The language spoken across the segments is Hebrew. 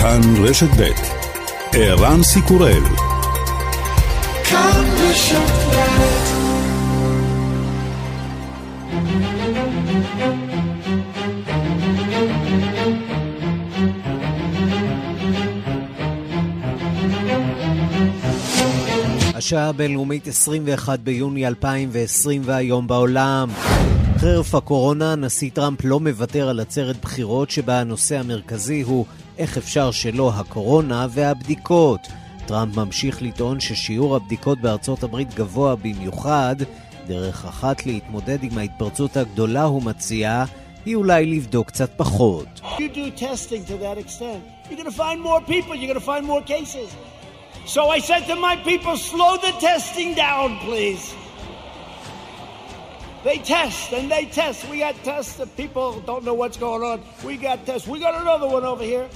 כאן רשת ב' ערן סיקורל. כאן רשת ב'. השעה הבינלאומית 21 ביוני 2020 והיום בעולם. חרף הקורונה, נשיא טראמפ לא מוותר על עצרת בחירות שבה הנושא המרכזי הוא איך אפשר שלא הקורונה והבדיקות. טראמפ ממשיך לטעון ששיעור הבדיקות בארצות הברית גבוה במיוחד. דרך אחת להתמודד עם ההתפרצות הגדולה הוא מציע, היא אולי לבדוק קצת פחות. You do testing to that extent. You're going to find more people, you're going to find more cases. So I said to my people, slow the testing down, please. They test and they test. We got tests that people don't know what's going on. We got tests. We got another one over here.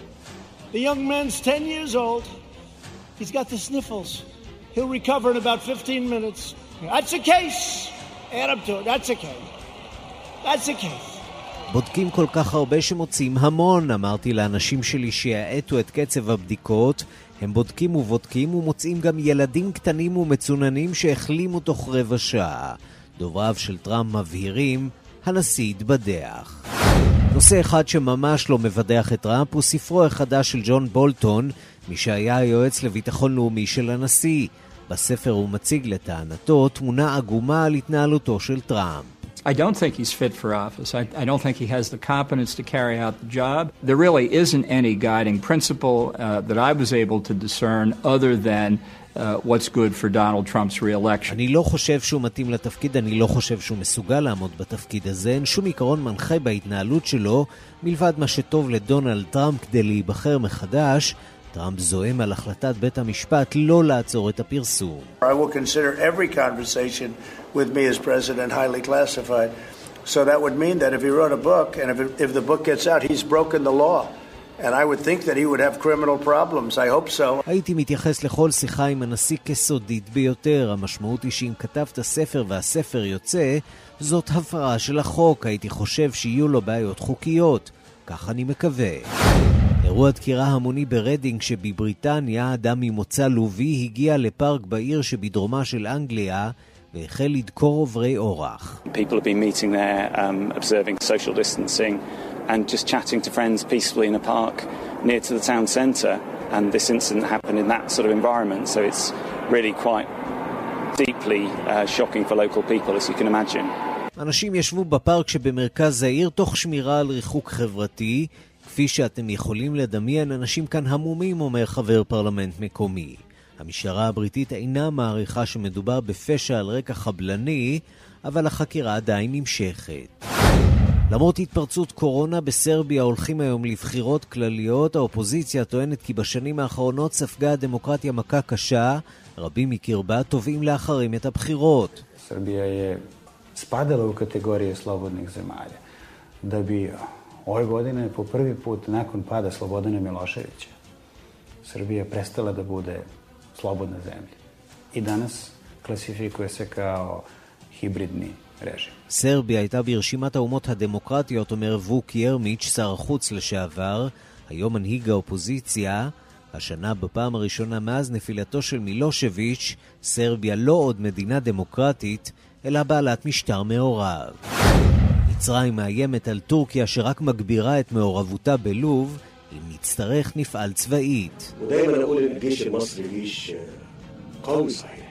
The young man's 10 years old. He's got the sniffles. He'll recover in about 15 minutes. That's a case. Add up to it. That's a case. That's a case. בודקים כל כך הרבה שמוצאים המון. אמרתי לאנשים שלי שיעטו את קצב הבדיקות. הם בודקים ובודקים ומוצאים גם ילדים קטנים ומצוננים שהחלימו תוך רבע שעה. דובריו של טראמפ מבהירים, הנשיא התבדח. נושא אחד שממש לא מבדח את טראמפ הוא ספרו החדש של ג'ון בולטון, מי שהיה היועץ לביטחון לאומי של הנשיא. בספר הוא מציג לטענתו תמונה עגומה על התנהלותו של טראמפ. I don't think he's fit for office. I don't think he has the competence to carry out the job. There really isn't any guiding principle that I was able to discern other than what's good for Donald Trump's re-election. אני לא חושב שהוא מתאים לתפקיד, אני לא חושב שהוא מסוגל לעמוד בתפקיד הזה. אין שום עיקרון מנחה בהתנהלות שלו, מלבד מה שטוב לדונלד טראמפ כדי להיבחר מחדש. טראמפ זועם על החלטת בית המשפט לא לעצור את הפרסום. I will consider every conversation with me as president highly classified. So that would mean that if he wrote a book and if the book gets out, he's broken the law. And I would think that he would have criminal problems. I hope so. הייתי מתייחס לכל שיחה עם הנשיא כסודית ביותר. המשמעות היא שאם כתבת ספר והספר יוצא, זאת הפרה של החוק. הייתי חושב שיהיו לו בעיות חוקיות. כך אני מקווה. אירוע דקירה המוני ברדינג שבבריטניה, אדם ממוצא לובי הגיע לפארק בעיר שבדרומה של אנגליה והחל לדקור עוברי אורח. People have been meeting there, observing social distancing and just chatting to friends peacefully in a park near to the town centre, and this incident happened in that sort of environment, so it's really quite deeply shocking for local people, as you can imagine. אנשים ישבו בפארק שבמרכז העיר תוך שמירה על ריחוק חברתי. כפי שאתם יכולים לדמיין, אנשים כאן המומים, אומר חבר פרלמנט מקומי. המשטרה הבריטית אינה מעריכה שמדובר בפשע על רקע חבלני, אבל החקירה עדיין נמשכת. למרות התפרצות קורונה, בסרביה הולכים היום לבחירות כלליות. האופוזיציה טוענת כי בשנים האחרונות ספגה הדמוקרטיה מכה קשה. רבים מקרבה תובעים לאחרים את הבחירות. סרביה spadala u kategorije slobodnih zemalja. Da bi ove godine po prvi put nakon pada Slobodana Miloševića Srbija prestala da bude slobodna zemlja. I danas klasifikuje se kao hibridni režim. סרביה הייתה ברשימת האומות הדמוקרטיות, אומר ווק ירמיץ', שר החוץ לשעבר, היום מנהיג האופוזיציה. השנה בפעם הראשונה מאז נפילתו של מילושביץ', סרביה לא עוד מדינה דמוקרטית, אלא בעלת משטר מעורב. מצרים מאיימת על טורקיה שרק מגבירה את מעורבותה בלוב, אם נצטרך נפעל צבאית. ודאימה נقول الجيش المصري جيش قوي صحيح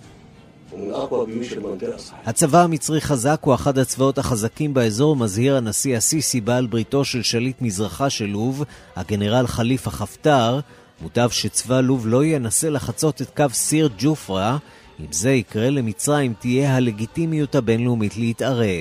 ومن أقوى جيوش المنطقة صحيح. הצבא המצרי חזק, הוא אחד הצבאות החזקים באזור, מזהיר הנשיא הסיסי בעל בריתו של שליט מזרחה של לוב, הגנרל חליפה חפטר. מוטב שצבא לוב לא ינסה לחצות את קו סיר ג'ופרה. אם זה יקרה, למצרים תהיה הלגיטימיות הבינלאומית להתערב.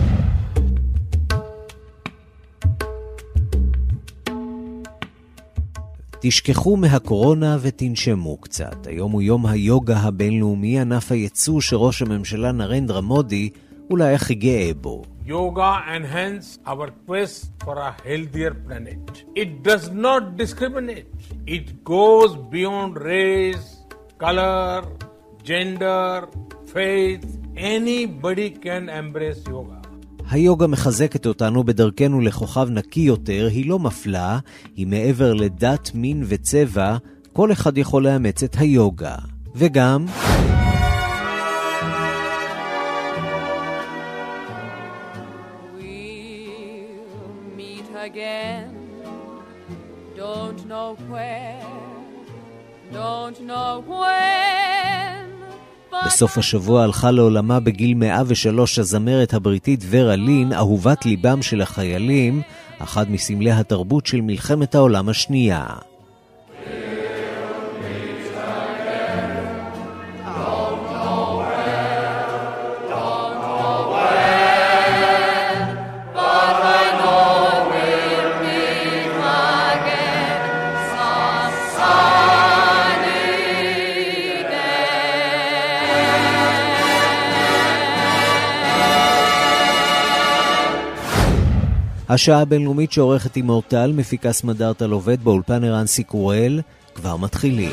תשכחו מהקורונה ותנשמו קצת. היום הוא יום היוגה הבינלאומי, ענף הייצוא שראש הממשלה נרנדרה מודי אולי הכי גאה בו. Yoga enhance our quest for a healthier planet. It does not discriminate. It goes beyond race, color, gender, faith. Anybody can embrace yoga. היוגה מחזקת אותנו בדרכנו לכוכב נקי יותר, היא לא מפלה, היא מעבר לדת, מין וצבע, כל אחד יכול לאמץ את היוגה. וגם again, don't know where, don't know when. בסוף השבוע הלכה לעולמה בגיל 103 הזמרת הבריטית ורה לין, אהובת ליבם של החיילים, אחד מסמלי התרבות של מלחמת העולם השנייה. השעה הבינלאומית שעורכת עם אורטל, מפיקה סמדארטה לובד, באולפן ערן סיקורל, כבר מתחילים.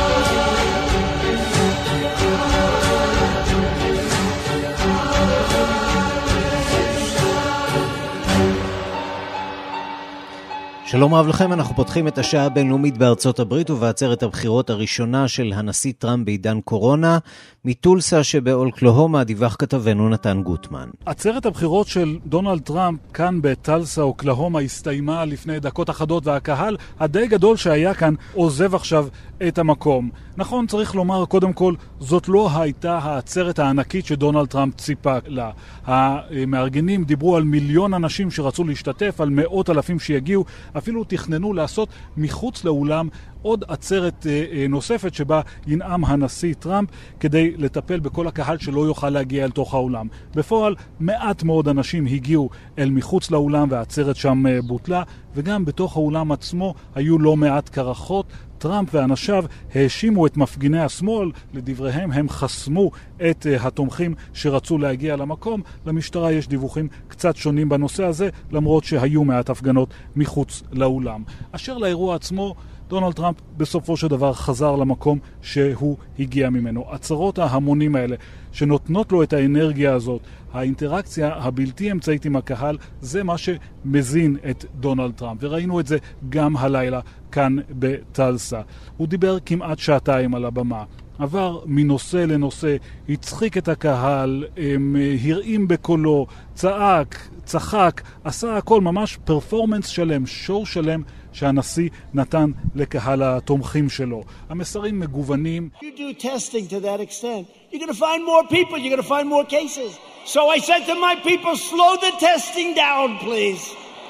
שלום רב לכם, אנחנו פותחים את השעה הבינלאומית בארצות הברית ובעצרת הבחירות הראשונה של הנשיא טראמפ בעידן קורונה. מטולסה שבאוקלהומה דיווח כתבנו נתן גוטמן. עצרת הבחירות של דונלד טראמפ כאן בטולסה, אוקלהומה, הסתיימה לפני דקות אחדות, והקהל הדי גדול שהיה כאן עוזב עכשיו את המקום. נכון, צריך לומר קודם כל, זאת לא הייתה העצרת הענקית שדונלד טראמפ ציפה לה. המארגנים דיברו על 1,000,000 אנשים שרצו להשתתף, על 100,000 שיגיעו, אפילו תכננו לעשות מחוץ לאולם עוד עצרת נוספת שבה ינאם הנשיא טראמפ כדי לטפל בכל הקהל שלא יוכל להגיע אל תוך האולם. בפועל מעט מאוד אנשים הגיעו אל מחוץ לאולם והעצרת שם בוטלה, וגם בתוך האולם עצמו היו לא מעט קרחות. טראמפ ואנשיו האשימו את מפגיני השמאל, לדבריהם הם חסמו את התומכים שרצו להגיע למקום. למשטרה יש דיווחים קצת שונים בנושא הזה, למרות שהיו מעט הפגנות מחוץ לאולם. אשר לאירוע עצמו, דונלד טראמפ בסופו של דבר חזר למקום שהוא הגיע ממנו. עצרות ההמונים האלה שנותנות לו את האנרגיה הזאת, האינטראקציה הבלתי אמצעית עם הקהל, זה מה שמזין את דונלד טראמפ, וראינו את זה גם הלילה כאן בטולסה. הוא דיבר כמעט שעתיים על הבמה, עבר מנושא לנושא, הצחיק את הקהל, הרעים בקולו, צעק, צחק, עשה הכל, ממש פרפורמנס שלם, שואו שלם שהנשיא נתן לקהל התומכים שלו. המסרים מגוונים. You do testing to that extent, you're going to find more people, you're going to find more cases. So I said to my people, slow the testing down, please.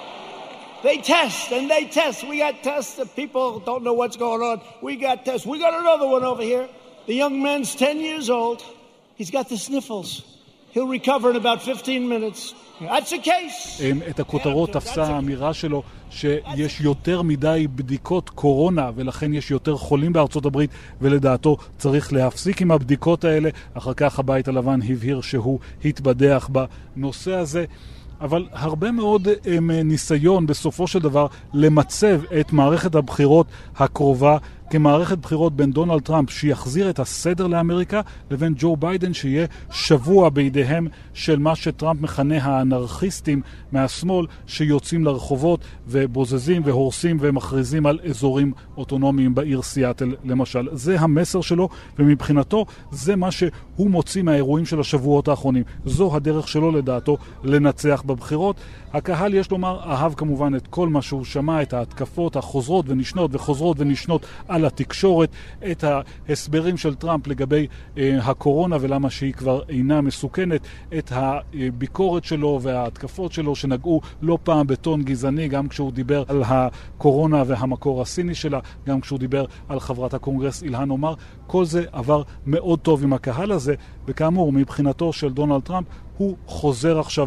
They test and they test. We got tests that people don't know what's going on. We got tests. We got another one over here. The young man's 10 years old. He's got the sniffles. He'll recover in about 15 minutes. That's a case. את הכותרות תפסה האמירה שלו שיש יותר מדי בדיקות קורונה ולכן יש יותר חולים בארצות הברית, ולדעתו צריך להפסיק עם הבדיקות האלה. אחר כך הבית הלבן הבהיר שהוא התבדח בנושא הזה. אבל הרבה מאוד ניסיון בסופו של דבר למצב את מערכת הבחירות הקרובה כמערכת בחירות בין דונלד טראמפ שיחזיר את הסדר לאמריקה לבין ג'ו ביידן שיהיה שבוע בידיהם של מה שטראמפ מכנה האנרכיסטים מהשמאל שיוצאים לרחובות ובוזזים והורסים ומכריזים על אזורים אוטונומיים בעיר סיאטל למשל. זה המסר שלו, ומבחינתו זה מה שהוא מוציא מהאירועים של השבועות האחרונים. זו הדרך שלו לדעתו לנצח בבחירות. הקהל, יש לומר, אהב כמובן את כל מה שהוא שמע, את ההתקפות החוזרות ונשנות וחוזרות ונשנות על התקשורת, את ההסברים של טראמפ לגבי הקורונה ולמה שהיא כבר אינה מסוכנת, את הביקורת שלו וההתקפות שלו שנגעו לא פעם בטון גזעני, גם כשהוא דיבר על הקורונה והמקור הסיני שלה, גם כשהוא דיבר על חברת הקונגרס אילהן עומר. כל זה עבר מאוד טוב עם הקהל הזה, וכאמור מבחינתו של דונלד טראמפ הוא חוזר עכשיו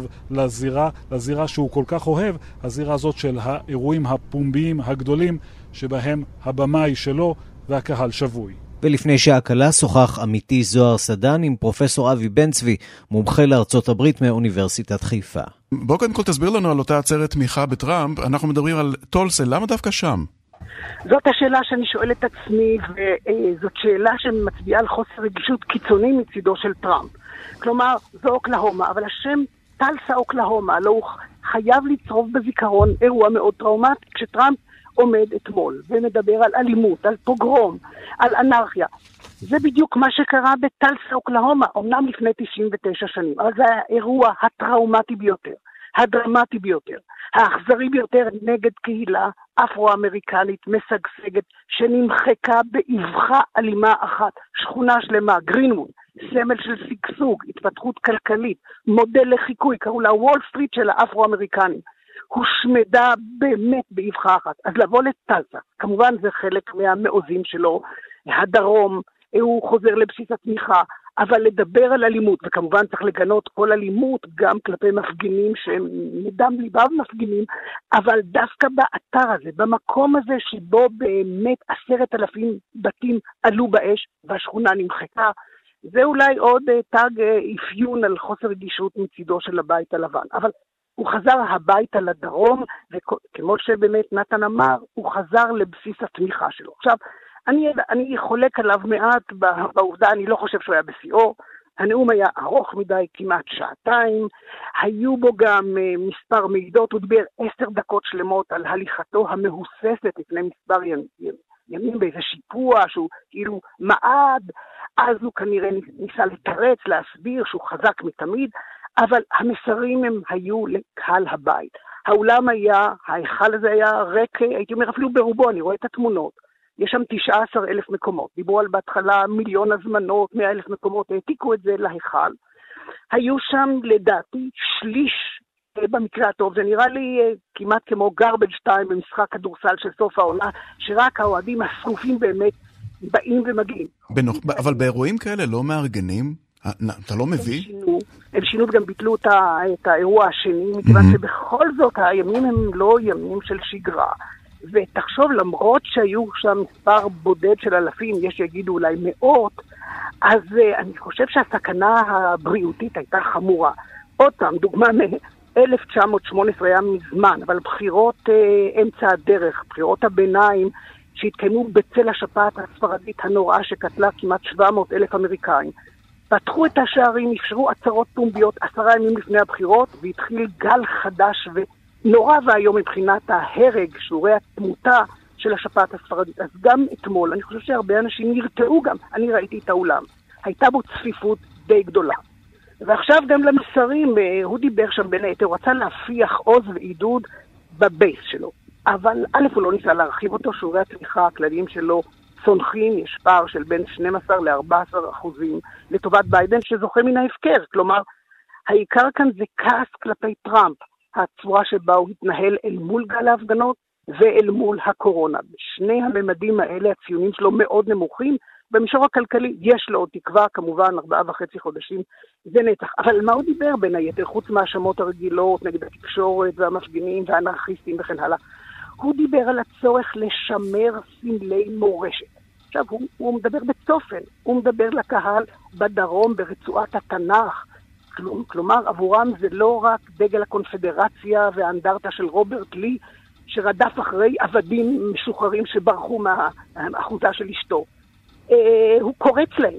לזירה שהוא כל כך אוהב, הזירה הזאת של האירועים הפומביים הגדולים שבהם הבמה היא שלו והקהל שבוי. ולפני שעה קלה שוחח עמיתי זוהר סדן עם פרופסור אבי בן צבי, מומחה לארצות הברית מאוניברסיטת חיפה. בוא קודם כל תסביר לנו על אותה עצרת תמיכה בטראמפ. אנחנו מדברים על טולסה, למה דווקא שם? זאת השאלה שאני שואלת את עצמי, וזאת שאלה שמצביעה על חוסר רגישות קיצוני מצידו של טראמפ. כלומר, זו אוקלהומה, אבל השם טלסה, אוקלהומה, לא הוא חייב לצרוב בזיכרון אירוע מאוד טראומטי, כשטראמפ עומד אתמול ומדבר על אלימות, על פוגרום, על אנרכיה. זה בדיוק מה שקרה בטלסה, אוקלהומה, אומנם לפני 99 שנים, אבל זה האירוע הטראומטי ביותר, הדרמטי ביותר, האכזרי ביותר נגד קהילה אפרו-אמריקנית משגשגת, שנמחקה באבחה אלימה אחת, שכונה שלמה, גרינווד, סמל של סגסוג, התפתחות כלכלית, מודל לחיקוי, קראו לה וול סטריט של האפרו-אמריקנים, הושמדה באמת באבחה אחת. אז לבוא לטלסה, כמובן זה חלק מהמעוזים שלו, הדרום, הוא חוזר לבסיס התמיכה, אבל לדבר על אלימות, וכמובן צריך לגנות כל אלימות, גם כלפי מפגינים שהם מדם ליבם מפגינים, אבל דווקא באתר הזה, במקום הזה שבו באמת 10,000 בתים עלו באש, והשכונה נמחקה, זה אולי עוד תג אפיון על חוסר רגישות מצידו של הבית הלבן. אבל הוא חזר הביתה לדרום, וכמו שבאמת נתן אמר, הוא חזר לבסיס התמיכה שלו. עכשיו, אני חולק עליו מעט בעובדה, אני לא חושב שהוא היה בשיאו, הנאום היה ארוך מדי, כמעט שעתיים, היו בו גם מספר מעידות, הוא דיבר 10 דקות שלמות על הליכתו המהוססת לפני מספר ימים באיזה שיפוע, שהוא כאילו מעד, אז הוא כנראה ניסה לתרץ, להסביר שהוא חזק מתמיד, אבל המסרים הם היו לקהל הבית. האולם היה, ההיכל הזה היה ריק, הייתי אומר אפילו ברובו, אני רואה את התמונות. יש שם 19,000 מקומות. דיברו על בהתחלה 1,000,000 הזמנות, 100,000 מקומות, העתיקו את זה להיכל. היו שם לדעתי שליש במקרה הטוב. זה נראה לי כמעט כמו גרבג' טיים במשחק כדורסל של סוף העונה, שרק האוהדים השרופים באמת באים ומגיעים. אבל באירועים כאלה לא מארגנים? אתה לא מביא? הם שינו וגם ביטלו את האירוע השני, מכיוון שבכל זאת הימים הם לא ימים של שגרה. ותחשוב, למרות שהיו שם מספר בודד של אלפים, יש שיגידו אולי מאות, אז אני חושב שהסכנה הבריאותית הייתה חמורה. עוד פעם, דוגמה מ-1918 היה מזמן, אבל בחירות אמצע הדרך, בחירות הביניים, שהתקיימו בצל השפעת הספרדית הנוראה שקטלה כמעט 700,000 אמריקאים. פתחו את השערים, אפשרו עצרות פומביות 10 ימים לפני הבחירות, והתחיל גל חדש ונורא והיום מבחינת ההרג, שיעורי התמותה של השפעת הספרדית. אז גם אתמול, אני חושב שהרבה אנשים נרתעו גם, אני ראיתי את האולם, הייתה בו צפיפות די גדולה. ועכשיו גם למסרים, הוא דיבר שם בין היתר, הוא רצה להפיח עוז ועידוד בבייס שלו. אבל א' הוא לא ניסה להרחיב אותו, שיעורי התמיכה הכלליים שלו צונחים, יש פער של בין 12 ל-14% לטובת ביידן שזוכה מן ההפקר. כלומר, העיקר כאן זה כעס כלפי טראמפ, הצורה שבה הוא התנהל אל מול גל ההפגנות ואל מול הקורונה. בשני הממדים האלה הציונים שלו מאוד נמוכים, במישור הכלכלי יש לו עוד תקווה, כמובן 4.5 חודשים זה נצח. אבל מה הוא דיבר בין היתר, חוץ מהאשמות הרגילות נגד התקשורת והמפגינים והאנרכיסטים וכן הלאה? הוא דיבר על הצורך לשמר סמלי מורשת. עכשיו, הוא מדבר בצופן, הוא מדבר לקהל בדרום, ברצועת התנ"ך. כלומר, עבורם זה לא רק דגל הקונפדרציה והאנדרטה של רוברט לי, שרדף אחרי עבדים משוחררים שברחו מהאחוזה של אשתו. הוא קורץ להם.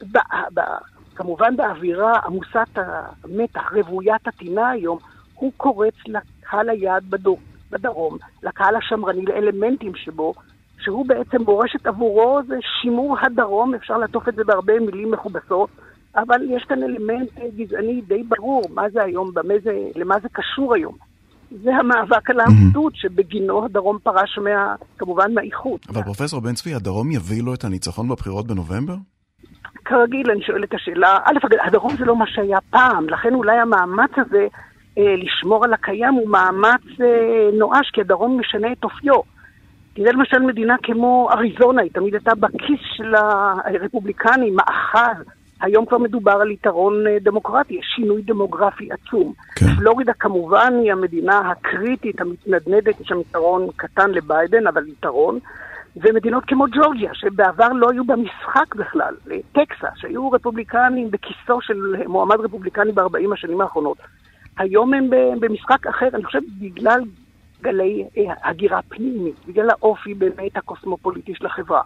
כמובן באווירה עמוסת המתח, רוויית הטינה היום, הוא קורץ לקהל היעד בדרום, לקהל השמרני, לאלמנטים שבו, שהוא בעצם מורשת עבורו, זה שימור הדרום, אפשר לעטוף את זה בהרבה מילים מכובסות, אבל יש כאן אלמנט גזעני די ברור, מה זה היום, למה זה קשור היום. זה המאבק על האחדות שבגינו הדרום פרש כמובן מהאיחוד. אבל פרופסור בן צבי, הדרום יביא לו את הניצחון בבחירות בנובמבר? כרגיל, אני שואלת את השאלה, הדרום זה לא מה שהיה פעם, לכן אולי המאמץ הזה לשמור על הקיים הוא מאמץ נואש, כי הדרום משנה את אופיו. תראה למשל מדינה כמו אריזונה, היא תמיד הייתה בכיס של הרפובליקנים, מאחז. היום כבר מדובר על יתרון דמוקרטי, יש שינוי דמוגרפי עצום. כן. פלורידה כמובן היא המדינה הקריטית, המתנדנדת, יש שם יתרון קטן לביידן, אבל יתרון. ומדינות כמו ג'ורג'יה, שבעבר לא היו במשחק בכלל, טקסס, שהיו רפובליקנים בכיסו של מועמד רפובליקני ב-40 השנים האחרונות. היום הם במשחק אחר, אני חושב בגלל גלי הגירה פנימית, בגלל האופי באמת הקוסמופוליטי של החברה.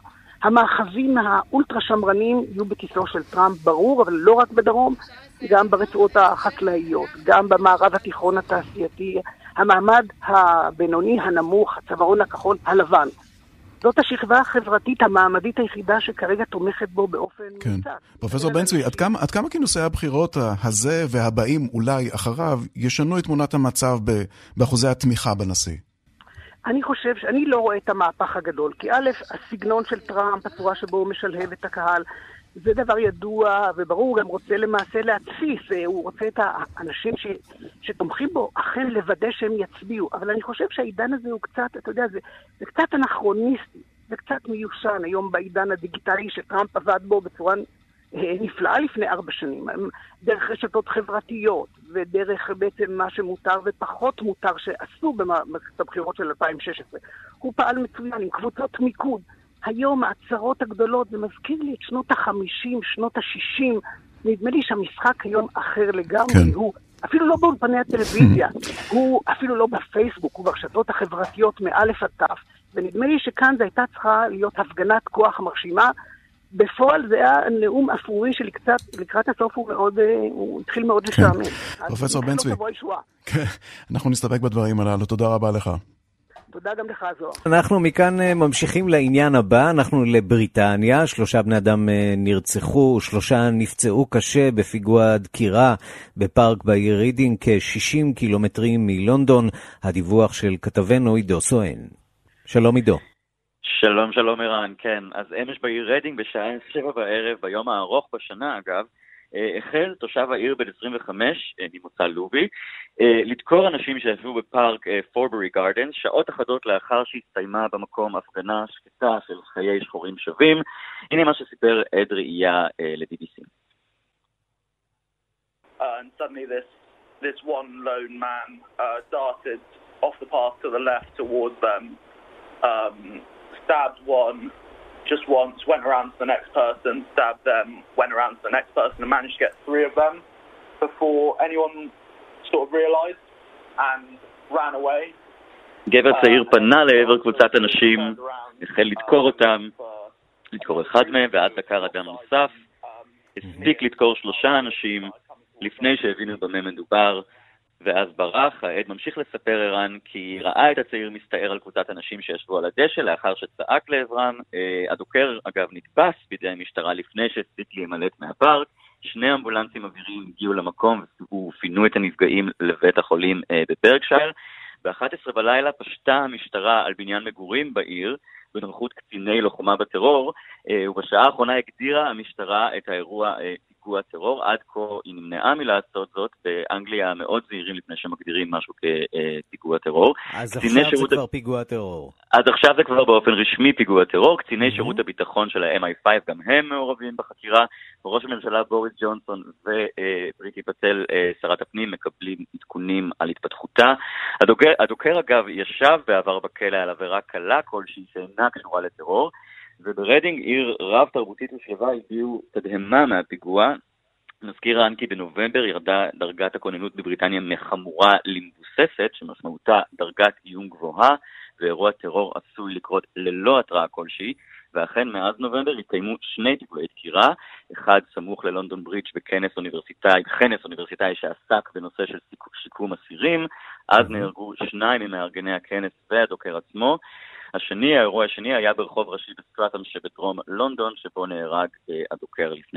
המאחזים האולטרה שמרנים יהיו בכיסו של טראמפ, ברור, אבל לא רק בדרום, גם ברצועות החקלאיות, גם במערב התיכון התעשייתי, המעמד הבינוני הנמוך, הצווארון הכחול הלבן. זאת השכבה החברתית המעמדית היחידה שכרגע תומכת בו באופן מוצק. פרופסור בן צבי, עד כמה כינוסי הבחירות הזה והבאים אולי אחריו ישנו את תמונת המצב באחוזי התמיכה בנשיא? אני חושב שאני לא רואה את המהפך הגדול, כי א', הסגנון של טראמפ, הצורה שבו הוא משלהב את הקהל, זה דבר ידוע וברור, הוא גם רוצה למעשה להציף, הוא רוצה את האנשים שתומכים בו, אכן לוודא שהם יצביעו, אבל אני חושב שהעידן הזה הוא קצת, אתה יודע, זה קצת אנכרוניסטי, זה קצת מיושן היום בעידן הדיגיטלי שטראמפ עבד בו בצורה נפלאה לפני 4 שנים, דרך רשתות חברתיות ודרך בעצם מה שמותר ופחות מותר שעשו במערכת הבחירות של 2016. הוא פעל מצוין עם קבוצות מיקוד. היום העצרות הגדולות, זה מזכיר לי את שנות ה-50, שנות ה-60, נדמה לי שהמשחק היום אחר לגמרי, כן. הוא אפילו לא באולפני הטלוויזיה, הוא אפילו לא בפייסבוק, הוא ברשתות החברתיות מאלף עד תף, ונדמה לי שכאן זה הייתה צריכה להיות הפגנת כוח מרשימה, בפועל זה היה נאום אפרורי שלקראת הסוף הוא התחיל מאוד לשעמם. פרופסור בן צבי, אנחנו נסתפק בדברים הללו, תודה רבה לך. תודה גם לך זוהר. אנחנו מכאן ממשיכים לעניין הבא, אנחנו לבריטניה, 3 בני אדם נרצחו, 3 נפצעו קשה בפיגוע דקירה בפארק בעיר רידינג, כ-60 קילומטרים מלונדון, הדיווח של כתבנו עידו סואן. שלום עידו. שלום ערן, כן. אז אמש בעיר רידינג בשעה 7 בערב, ביום הארוך בשנה אגב, החל תושב העיר בן 25, ממוצא לובי, לדקור אנשים שישבו בפארק פורברי גארדנס, שעות אחדות לאחר שהסתיימה במקום הפגנה שקטה של חיי שחורים שווים. הנה מה שסיפר עד ראייה ל-BBC. And suddenly this one lone man darted off the path to the left towards them, stabbed one just once, went around to the next person, stabbed them, went around to the next person and managed to get 3 of them before anyone sort of realized and ran away. גבר צעיר פנה לעבר קבוצת אנשים, החל לדקור אותם, לדקור אחד מהם ואז דקר אדם נוסף, הספיק לדקור 3 אנשים לפני שהבינו במה מדובר, ואז ברח. העד ממשיך לספר ערן כי ראה את הצעיר מסתער על קבוצת אנשים שישבו על הדשא לאחר שצעק לעברם. הדוקר אגב נתפס בידי המשטרה לפני שהספיק להימלט מהפארק. 2 אמבולנסים אוויריים הגיעו למקום ופינו את הנפגעים לבית החולים בברקשייר. ב-11 בלילה פשטה המשטרה על בניין מגורים בעיר בנוכחות קציני לוחמה בטרור, ובשעה האחרונה הגדירה המשטרה את האירוע פיגוע טרור. עד כה היא נמנעה מלעשות זאת. באנגליה מאוד זהירים לפני שמגדירים משהו כפיגוע טרור. אז עכשיו זה כבר פיגוע טרור. אז עכשיו זה כבר באופן רשמי פיגוע טרור. קציני שירות הביטחון של ה-MI5 גם הם מעורבים בחקירה. ראש הממשלה בוריס ג'ונסון ופריטי פטל, שרת הפנים, מקבלים עדכונים על התפתחותה. הדוקר אגב ישב בעבר בכלא על עבירה קלה כלשהי שאינה קשורה לטרור. וברדינג, עיר רב תרבותית ושלווה, הביאו תדהמה מהפיגוע. נזכיר רן כי בנובמבר ירדה דרגת הכוננות בבריטניה מחמורה למבוססת, שמשמעותה דרגת איום גבוהה, ואירוע טרור עשוי לקרות ללא התראה כלשהי, ואכן מאז נובמבר התקיימו 2 פיגועי דקירה, אחד סמוך ללונדון ברידג' בכנס אוניברסיטאי שעסק בנושא של שיקום אסירים. אז נהרגו 2 ממארגני הכנס והדוקר עצמו. האירוע השני היה ברחוב ראשי בסטראטם שבדרום לונדון, שבו נהרג הדוקר לפני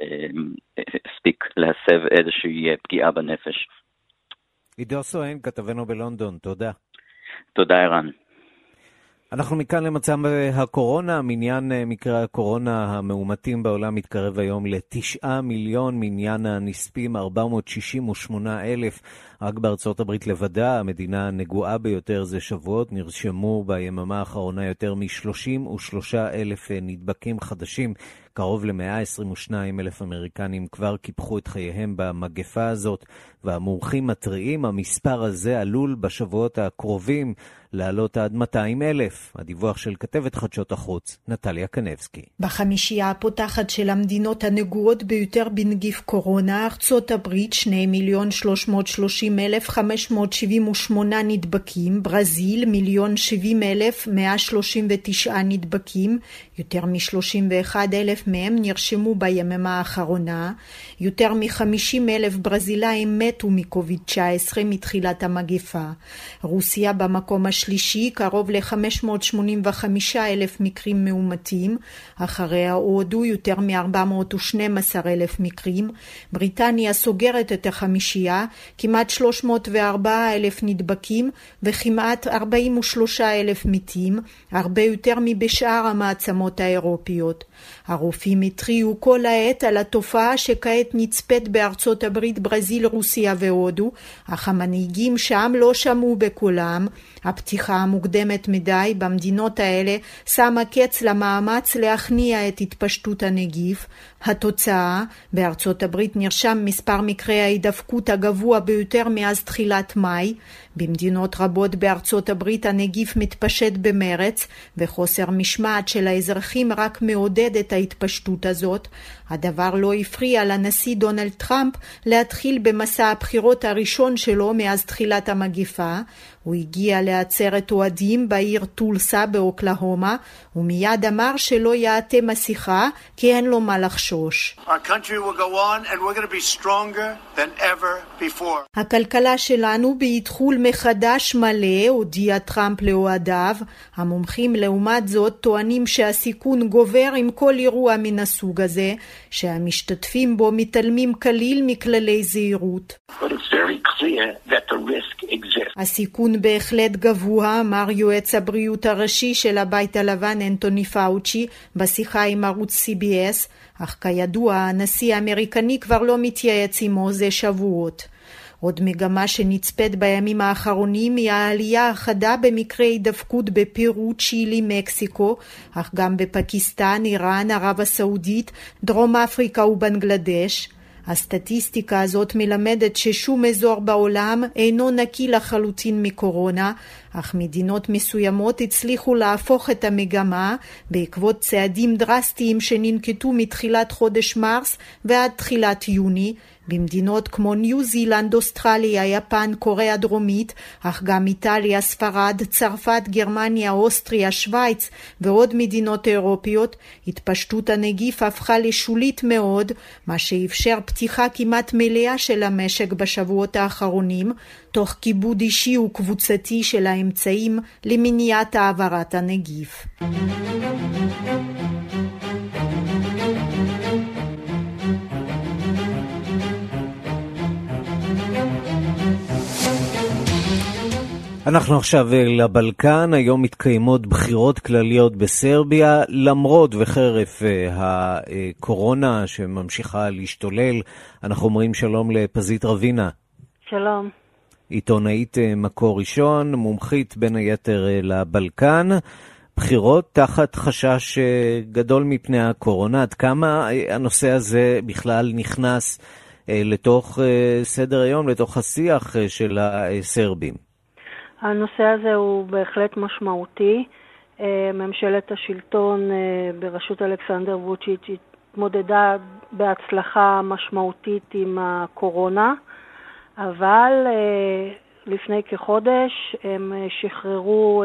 שהספיק להסב איזושהי פגיעה בנפש. עידו סואן, כתבנו בלונדון, תודה. תודה ערן. אנחנו מכאן למצב הקורונה. מניין מקרי הקורונה המאומתים בעולם מתקרב היום ל9 מיליון, מניין הנספים 468,000. רק בארצות הברית לבדה, המדינה הנגועה ביותר זה שבועות, נרשמו ביממה האחרונה יותר מ-33,000 נדבקים חדשים. קרוב ל-122,000 אמריקנים כבר קיפחו את חייהם במגפה הזאת, והמומחים מתריעים, המספר הזה עלול בשבועות הקרובים לעלות עד 200,000. הדיווח של כתבת חדשות החוץ, נטליה קנבסקי. בחמישייה הפותחת של המדינות הנגועות ביותר בנגיף קורונה, ארצות הברית 2,330,000 1,230,578 נדבקים, ברזיל 1,070,139 נדבקים, יותר מ-31,000 מהם נרשמו ביממה האחרונה, יותר מ-50,000 ברזילאים מתו מקוביד-19 מתחילת המגפה. רוסיה במקום השלישי, קרוב ל-585,000 מקרים מאומתים, אחריה הודו יותר מ-412,000 מקרים, בריטניה סוגרת את החמישייה, כמעט 304,000 נדבקים וכמעט 43,000 מתים, הרבה יותר מבשאר המעצמות האירופיות. הרופאים התריעו כל העת על התופעה שכעת נצפית בארצות הברית, ברזיל, רוסיה והודו, אך המנהיגים שם לא שמעו בקולם. הפתיחה המוקדמת מדי במדינות האלה שמה קץ למאמץ להכניע את התפשטות הנגיף. התוצאה, בארצות הברית נרשם מספר מקרי ההידבקות הגבוה ביותר מאז תחילת מאי. במדינות רבות בארצות הברית הנגיף מתפשט במרץ, וחוסר משמעת של האזרחים רק מעודד את ההתפשטות הזאת. הדבר לא הפריע לנשיא דונלד טראמפ להתחיל במסע הבחירות הראשון שלו מאז תחילת המגפה. הוא הגיע לעצרת אוהדים בעיר טולסה באוקלהומה, ומיד אמר שלא יעטה מסכה כי אין לו מה לחשוש. הכלכלה שלנו בהתחול מחדש מלא, הודיע טראמפ לאוהדיו. המומחים לעומת זאת טוענים שהסיכון גובר עם כל אירוע מן הסוג הזה, שהמשתתפים בו מתעלמים כליל מכללי זהירות. הסיכון בהחלט גבוה, אמר יועץ הבריאות הראשי של הבית הלבן אנטוני פאוצ'י בשיחה עם ערוץ CBS, אך כידוע הנשיא האמריקני כבר לא מתייעץ עמו זה שבועות. עוד מגמה שנצפית בימים האחרונים היא העלייה החדה במקרי הידבקות בפירו, צ'ילי, מקסיקו, אך גם בפקיסטן, איראן, ערב הסעודית, דרום אפריקה ובנגלדש. הסטטיסטיקה הזאת מלמדת ששום אזור בעולם אינו נקי לחלוטין מקורונה, אך מדינות מסוימות הצליחו להפוך את המגמה בעקבות צעדים דרסטיים שננקטו מתחילת חודש מרס ועד תחילת יוני, במדינות כמו ניו זילנד, אוסטרליה, יפן, קוריאה דרומית, אך גם איטליה, ספרד, צרפת, גרמניה, אוסטריה, שוויץ ועוד מדינות אירופיות. התפשטות הנגיף הפכה לשולית מאוד, מה שאפשר פתיחה כמעט מלאה של המשק בשבועות האחרונים, תוך כיבוד אישי וקבוצתי של האמצעים למניעת העברת הנגיף. אנחנו עכשיו לבלקן. היום מתקיימות בחירות כלליות בסרביה, למרות וחרף הקורונה שממשיכה להשתולל. אנחנו אומרים שלום לפזית רבינה. שלום. עיתונאית מקור ראשון, מומחית בין היתר לבלקן. בחירות תחת חשש גדול מפני הקורונה. עד כמה הנושא הזה בכלל נכנס לתוך סדר היום, לתוך השיח של הסרבים? הנושא הזה הוא בהחלט משמעותי. ממשלת השלטון בראשות אלכסנדר ווצ'יץ' התמודדה בהצלחה משמעותית עם הקורונה, אבל לפני כחודש הם שחררו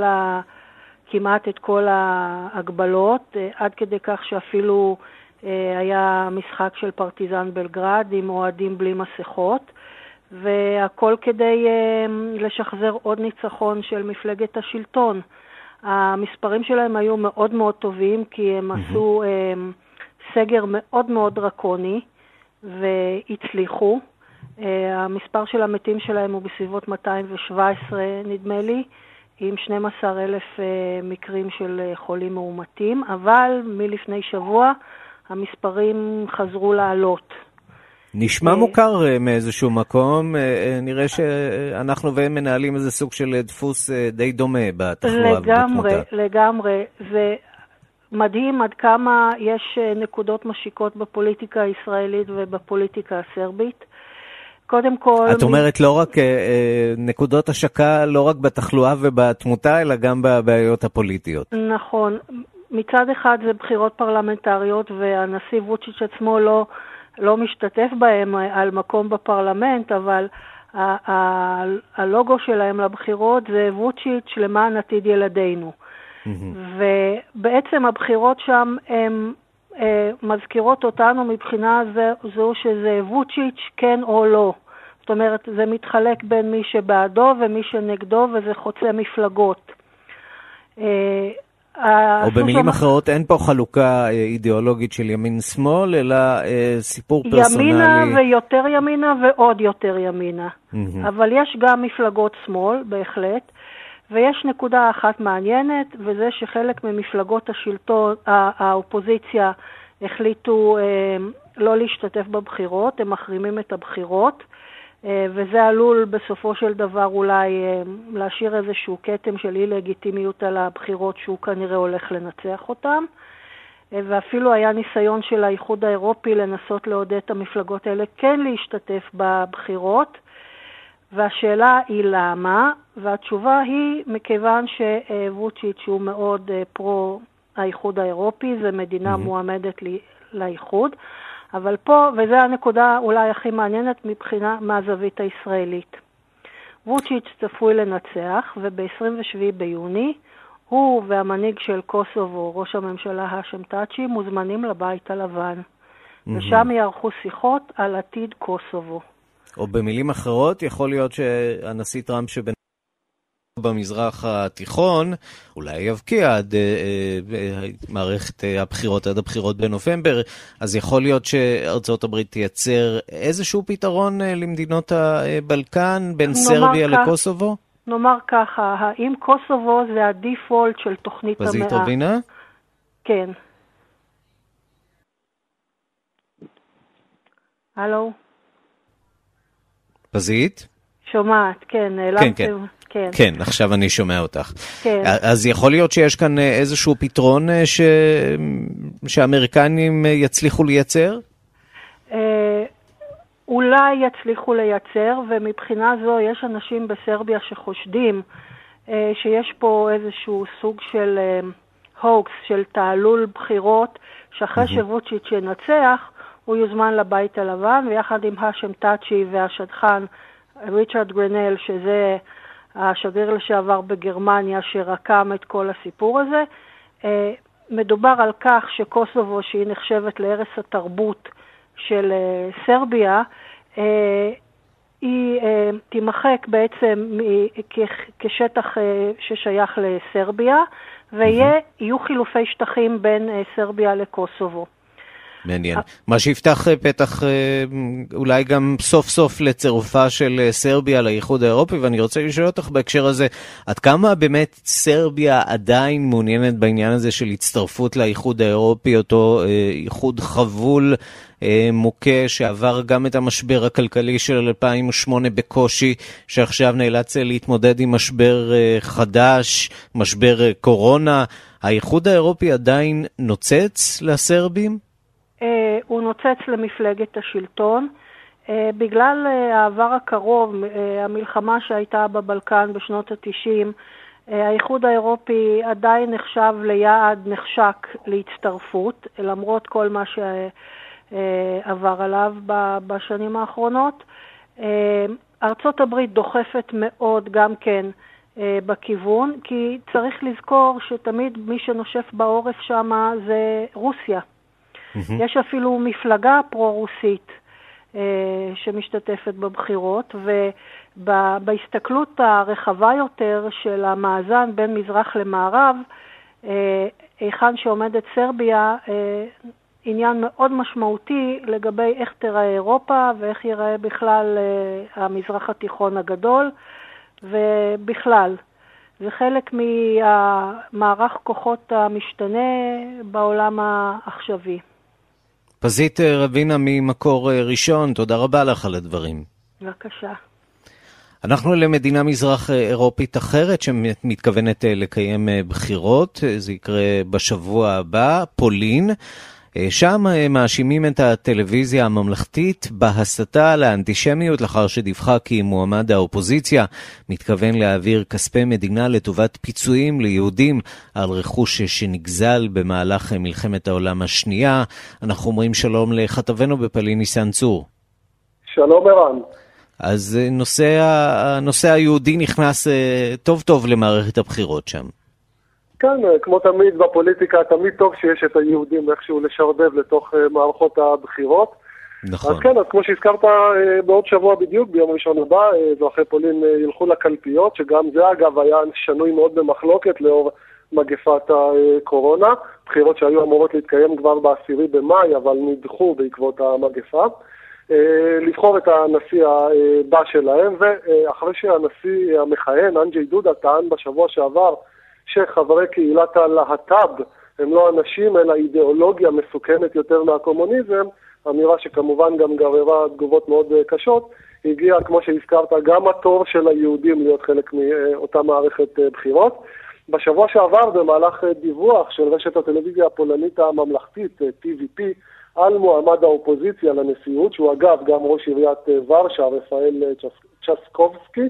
כמעט את כל ההגבלות, עד כדי כך שאפילו היה משחק של פרטיזן בלגרד עם אוהדים בלי מסכות, והכל כדי לשחזר עוד ניצחון של מפלגת השלטון. המספרים שלהם היו מאוד מאוד טובים, כי הם עשו סגר מאוד מאוד דרקוני והצליחו. המספר של המתים שלהם הוא בסביבות 217 נדמה לי, עם 12,000 מקרים של חולים מאומתים, אבל מלפני שבוע המספרים חזרו לעלות. נשמע מוכר מאיזשהו מקום, נראה שאנחנו והם מנהלים איזה סוג של דפוס די דומה בתחלואה ובתמותה. לגמרי, ומדהים עד כמה יש נקודות משיקות בפוליטיקה הישראלית ובפוליטיקה הסרבית. קודם כל... את אומרת לא רק נקודות השקה, לא רק בתחלואה ובתמותה, אלא גם בבעיות הפוליטיות. נכון. מצד אחד זה בחירות פרלמנטריות, והנשיא ווצ'יץ' עצמו לא משתתף בהם על מקום בפרלמנט, אבל הלוגו שלהם לבחירות זה ווצ'יץ' למען עתיד ילדינו. ובעצם הבחירות שם הן מזכירות אותנו מבחינה זו שזה ווצ'יץ' כן או לא. זאת אומרת, זה מתחלק בין מי שבעדו ומי שנגדו, וזה חוצה מפלגות. או במילים אחרות, אין פה חלוקה אידיאולוגית של ימין-שמאל, אלא סיפור פרסונלי. ימינה ויותר ימינה ועוד יותר ימינה. אבל יש גם מפלגות שמאל, בהחלט, ויש נקודה אחת מעניינת, וזה שחלק ממפלגות השלטון, האופוזיציה, החליטו לא להשתתף בבחירות, הם מחרימים את הבחירות, וזה עלול בסופו של דבר אולי להשאיר איזשהו קטם של אי לגיטימיות על הבחירות שהוא כנראה הולך לנצח אותם. ואפילו היה ניסיון של האיחוד האירופי לנסות לעודד את המפלגות האלה כן להשתתף בבחירות. והשאלה היא למה, והתשובה היא מכיוון שווצ'יץ' הוא מאוד פרו האיחוד האירופי, זה מדינה מועמדת לאיחוד. אבל פה, וזו הנקודה אולי הכי מעניינת מבחינה מהזווית הישראלית. ווצ'יץ' צפוי לנצח, וב-27 ביוני, הוא והמנהיג של קוסובו, ראש הממשלה האשם תאצ'י, מוזמנים לבית הלבן. ושם יערכו שיחות על עתיד קוסובו. או במילים אחרות, יכול להיות שהנשיא טראמפ במזרח התיכון, אולי יבקיע עד מערכת הבחירות, עד הבחירות בנובמבר, אז יכול להיות שארצות הברית תייצר איזשהו פתרון למדינות הבלקן, בין סרביה לקוסובו? נאמר ככה, האם קוסובו זה הדיפולט של תוכנית המאה? פזית רבינה? כן. הלו? פזית? שומעת, כן, נעלמתם. כן, עכשיו אני שומע אותך. כן. אז יכול להיות שיש כאן איזשהו פתרון שהאמריקנים יצליחו לייצר? אולי יצליחו לייצר, ומבחינה זו יש אנשים בסרביה שחושדים שיש פה איזשהו סוג של הוקס, של תעלול בחירות, שאחרי שווצ'יץ' ינצח, הוא יוזמן לבית הלבן, ויחד עם האשם תאצ'י והשדכן ריצ'רד גרנל, שזה השגריר לשעבר בגרמניה שרקם את כל הסיפור הזה. מדובר על כך שקוסובו, שהיא נחשבת לערש התרבות של סרביה, היא תימחק בעצם כשטח ששייך לסרביה, ויהיו חילופי שטחים בין סרביה לקוסובו. מעניין. מה שיפתח פתח אולי גם סוף סוף לצירופה של סרביה לאיחוד האירופי, ואני רוצה לשאול אותך בהקשר הזה, עד כמה באמת סרביה עדיין מעוניינת בעניין הזה של הצטרפות לאיחוד האירופי, אותו איחוד חבול מוכה שעבר גם את המשבר הכלכלי של 2008 בקושי, שעכשיו נאלץ להתמודד עם משבר חדש, משבר קורונה. האיחוד האירופי עדיין נוצץ לסרבים? הוא נוצץ למפלגת השלטון. בגלל העבר הקרוב, המלחמה שהייתה בבלקן בשנות ה-90, האיחוד האירופי עדיין נחשב ליעד נחשק להצטרפות, למרות כל מה שעבר עליו בשנים האחרונות. ארצות הברית דוחפת מאוד גם כן בכיוון, כי צריך לזכור שתמיד מי שנושף בעורף שם זה רוסיה. יש אפילו מפלגה פרו-רוסית שמשתתפת בבחירות, ובהסתכלות הרחבה יותר של המאזן בין מזרח למערב, היכן שעומדת סרביה, עניין מאוד משמעותי לגבי איך תראה אירופה ואיך ייראה בכלל המזרח התיכון הגדול, ובכלל. זה חלק מהמערך כוחות המשתנה בעולם העכשווי. פזית רבינה ממקור ראשון, תודה רבה לך על הדברים. בבקשה. אנחנו למדינה מזרח אירופית אחרת שמתכוונת לקיים בחירות, זה יקרה בשבוע הבא, פולין. שם מאשימים את הטלוויזיה הממלכתית בהסתה לאנטישמיות, לאחר שדיווחה כי מועמד האופוזיציה מתכוון להעביר כספי מדינה לטובת פיצויים ליהודים על רכוש שנגזל במהלך מלחמת העולם השנייה. אנחנו אומרים שלום לכתבנו בפולין ניסן צור. שלום ערן. אז הנושא היהודי נכנס טוב טוב למערכת הבחירות שם. כן, כמו תמיד בפוליטיקה, תמיד טוב שיש את היהודים איכשהו לשרבב לתוך מערכות הבחירות. נכון. אז כן, אז כמו שהזכרת בעוד שבוע בדיוק, ביום ראשון הבא, ואחרי פולין ילכו לקלפיות, שגם זה אגב היה שנוי מאוד במחלוקת לאור מגפת הקורונה, בחירות שהיו אמורות להתקיים כבר ב10 במאי, אבל נדחו בעקבות המגפה. לבחור את הנשיא הבא שלהם, ואחרי שהנשיא המכהן, אנג'י דודה, טען בשבוע שעבר שחברי קהילת הלהט"ב הם לא אנשים, אלא אידיאולוגיה מסוכנת יותר מהקומוניזם, אמירה שכמובן גם גררה תגובות מאוד קשות, הגיע, כמו שהזכרת, גם התור של היהודים להיות חלק מאותה מערכת בחירות. בשבוע שעבר, במהלך דיווח של רשת הטלוויזיה הפולנית הממלכתית, TVP, על מועמד האופוזיציה לנשיאות, שהוא אגב גם ראש עיריית ורשה, רפאל צ'סקובסקי,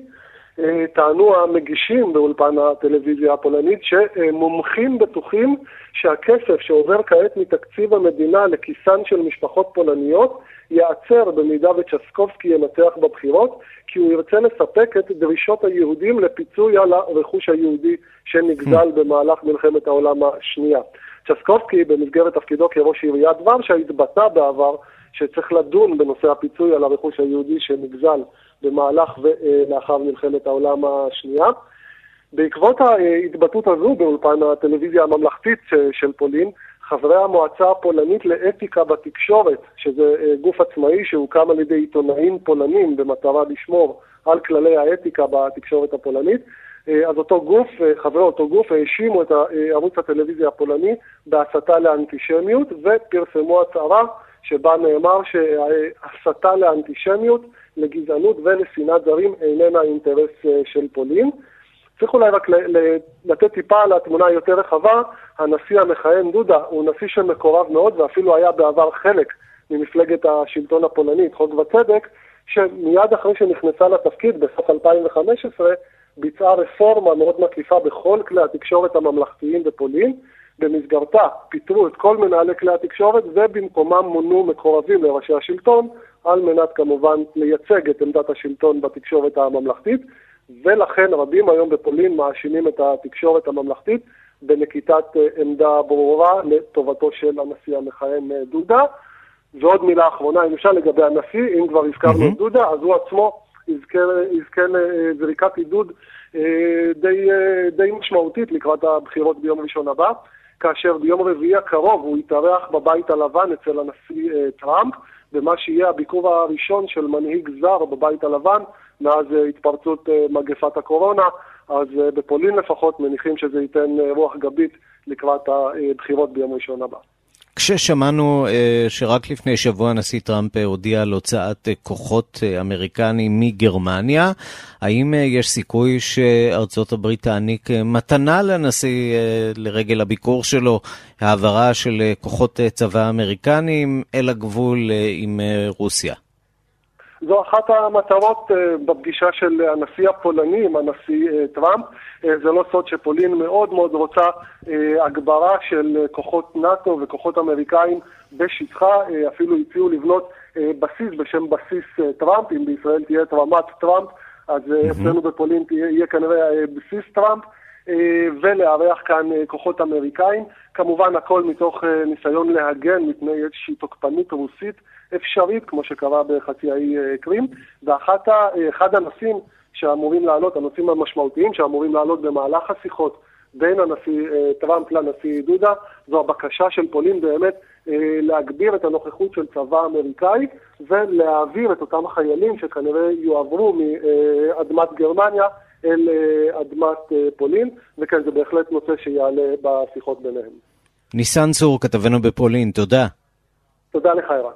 טענו המגישים באולפן הטלוויזיה הפולנית שמומחים בטוחים שהכסף שעובר כעת מתקציב המדינה לכיסן של משפחות פולניות יעצר במידה וצ'סקובסקי ינצח בבחירות, כי הוא ירצה לספק את דרישות היהודים לפיצוי על הרכוש היהודי שנגזל במהלך מלחמת העולם השנייה. צ'סקובסקי במסגרת תפקידו כראש עיריית ורשה התבטא בעבר שצריך לדון בנושא הפיצוי על הרכוש היהודי שנגזל במהלך ולאחר מלחמת העולם השנייה. בעקבות ההתבטאות הזו באולפן הטלוויזיה הממלכתית של פולין, חברי המועצה הפולנית לאתיקה בתקשורת, שזה גוף עצמאי שהוקם על ידי עיתונאים פולנים במטרה לשמור על כללי האתיקה בתקשורת הפולנית, אז אותו גוף, חברי אותו גוף, האשימו את ערוץ הטלוויזיה הפולני בהסתה לאנטישמיות, ופרסמו הצהרה שבה נאמר שהסתה לאנטישמיות, לגזענות ולשנאת זרים איננה אינטרס של פולין. צריך אולי רק לתת טיפה על התמונה היותר רחבה. הנשיא המכהן דודה הוא נשיא שמקורב מאוד, ואפילו היה בעבר חלק ממפלגת השלטון הפולנית, חוק וצדק, שמיד אחרי שנכנסה לתפקיד בסוף 2015, ביצעה רפורמה מאוד מקיפה בכל כלי התקשורת הממלכתיים בפולין. במסגרתה פיטרו את כל מנהלי כלי התקשורת, ובמקומם מונו מקורבים לראשי השלטון, על מנת כמובן לייצג את עמדת השלטון בתקשורת הממלכתית, ולכן רבים היום בפולין מאשימים את התקשורת הממלכתית בנקיטת עמדה ברורה לטובתו של הנשיא המכהן דודה. ועוד מילה אחרונה, אם אפשר לגבי הנשיא, אם כבר הזכרנו את דודה, אז הוא עצמו יזכה לזריקת עידוד די משמעותית לקראת הבחירות ביום ראשון הבא, כאשר ביום רביעי הקרוב הוא יתארח בבית הלבן אצל הנשיא טראמפ, במה שיהיה הביקור הראשון של מנהיג זר בבית הלבן מאז התפרצות מגפת הקורונה. אז בפולין לפחות מניחים שזה ייתן רוח גבית לקראת הבחירות ביום ראשון הבא. כששמענו שרק לפני שבוע הנשיא טראמפ הודיע על הוצאת כוחות אמריקנים מגרמניה, האם יש סיכוי שארצות הברית תעניק מתנה לנשיא לרגל הביקור שלו, העברה של כוחות צבא אמריקנים אל הגבול עם רוסיה? זו אחת המטרות בפגישה של הנשיא הפולני עם הנשיא טראמפ. זה לא סוד שפולין מאוד מאוד רוצה הגברה של כוחות נאטו וכוחות אמריקאים בשטחה, אפילו הציעו לבנות בסיס בשם בסיס טראמפ. אם בישראל תהיה את רמת טראמפ, אז אצלנו בפולין יהיה כנראה בסיס טראמפ, ולארח כאן כוחות אמריקאים. כמובן הכל מתוך ניסיון להגן מפני איזושהי תוקפנות רוסית אפשרית, כמו שקרה בחצי האי קרים. ואחד הנושאים שאמורים לעלות, הנושאים המשמעותיים שאמורים לעלות במהלך השיחות בין הנשיא טראמפ לנשיא דודה, זו הבקשה של פולין באמת להגביר את הנוכחות של צבא אמריקאי, ולהעביר את אותם החיילים שכנראה יועברו מאדמת גרמניה אל אדמת פולין, וכן זה בהחלט נושא שיעלה בשיחות ביניהם. ניסן צור, כתבנו בפולין, תודה. תודה לך, ערן.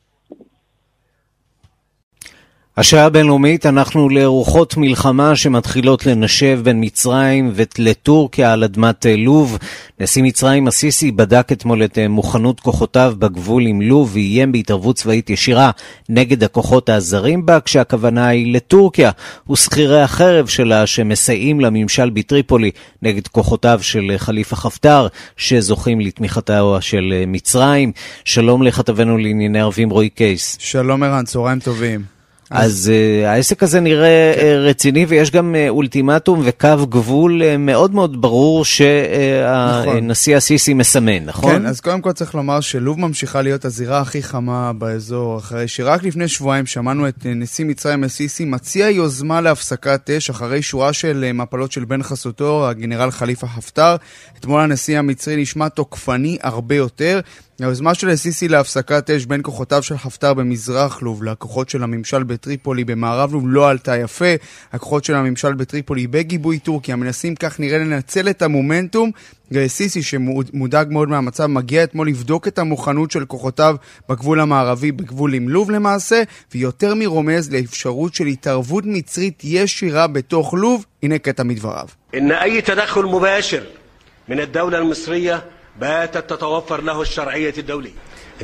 השעה הבינלאומית, אנחנו לרוחות מלחמה שמתחילות לנשב בין מצרים ולטורקיה על אדמת לוב. נשיא מצרים הסיסי בדק אתמול את מוכנות כוחותיו בגבול עם לוב ואיים בהתערבות צבאית ישירה נגד הכוחות הזרים בה, כשהכוונה היא לטורקיה וסחירי החרב שלה שמסייעים לממשל בטריפולי נגד כוחותיו של חליפה חפטר שזוכים לתמיכתה של מצרים. שלום לכתבנו לענייני ערבים רועי קייס. שלום ערן, צהריים טובים. אז העסק הזה נראה רציני, ויש גם אולטימטום וקו גבול מאוד מאוד ברור שהנשיא הסיסי מסמן, נכון? כן, אז קודם כל צריך לומר שלוב ממשיכה להיות הזירה הכי חמה באזור, אחרי שרק לפני שבועיים שמענו את נשיא מצרים הסיסי מציע יוזמה להפסקת אש, אחרי שורה של מפלות של בן חסותו, הגנרל חליפה חפטר. אתמול הנשיא המצרי נשמע תוקפני הרבה יותר. היוזמה של הסיסי להפסקת אש בין כוחותיו של חפטר במזרח לוב לכוחות של הממשל בטריפולי במערב לוב לא עלתה יפה. הכוחות של הממשל בטריפולי בגיבוי טורקיה מנסים כך נראה לנצל את המומנטום. סיסי שמודאג מאוד מהמצב מגיע אתמול לבדוק את המוכנות של כוחותיו בגבול המערבי, בגבול עם לוב למעשה, ויותר מרומז לאפשרות של התערבות מצרית ישירה בתוך לוב. הנה קטע מדבריו. إن أي تدخل مباشر من الدولة المصرية باتت تتوفر له الشرعية الدولية.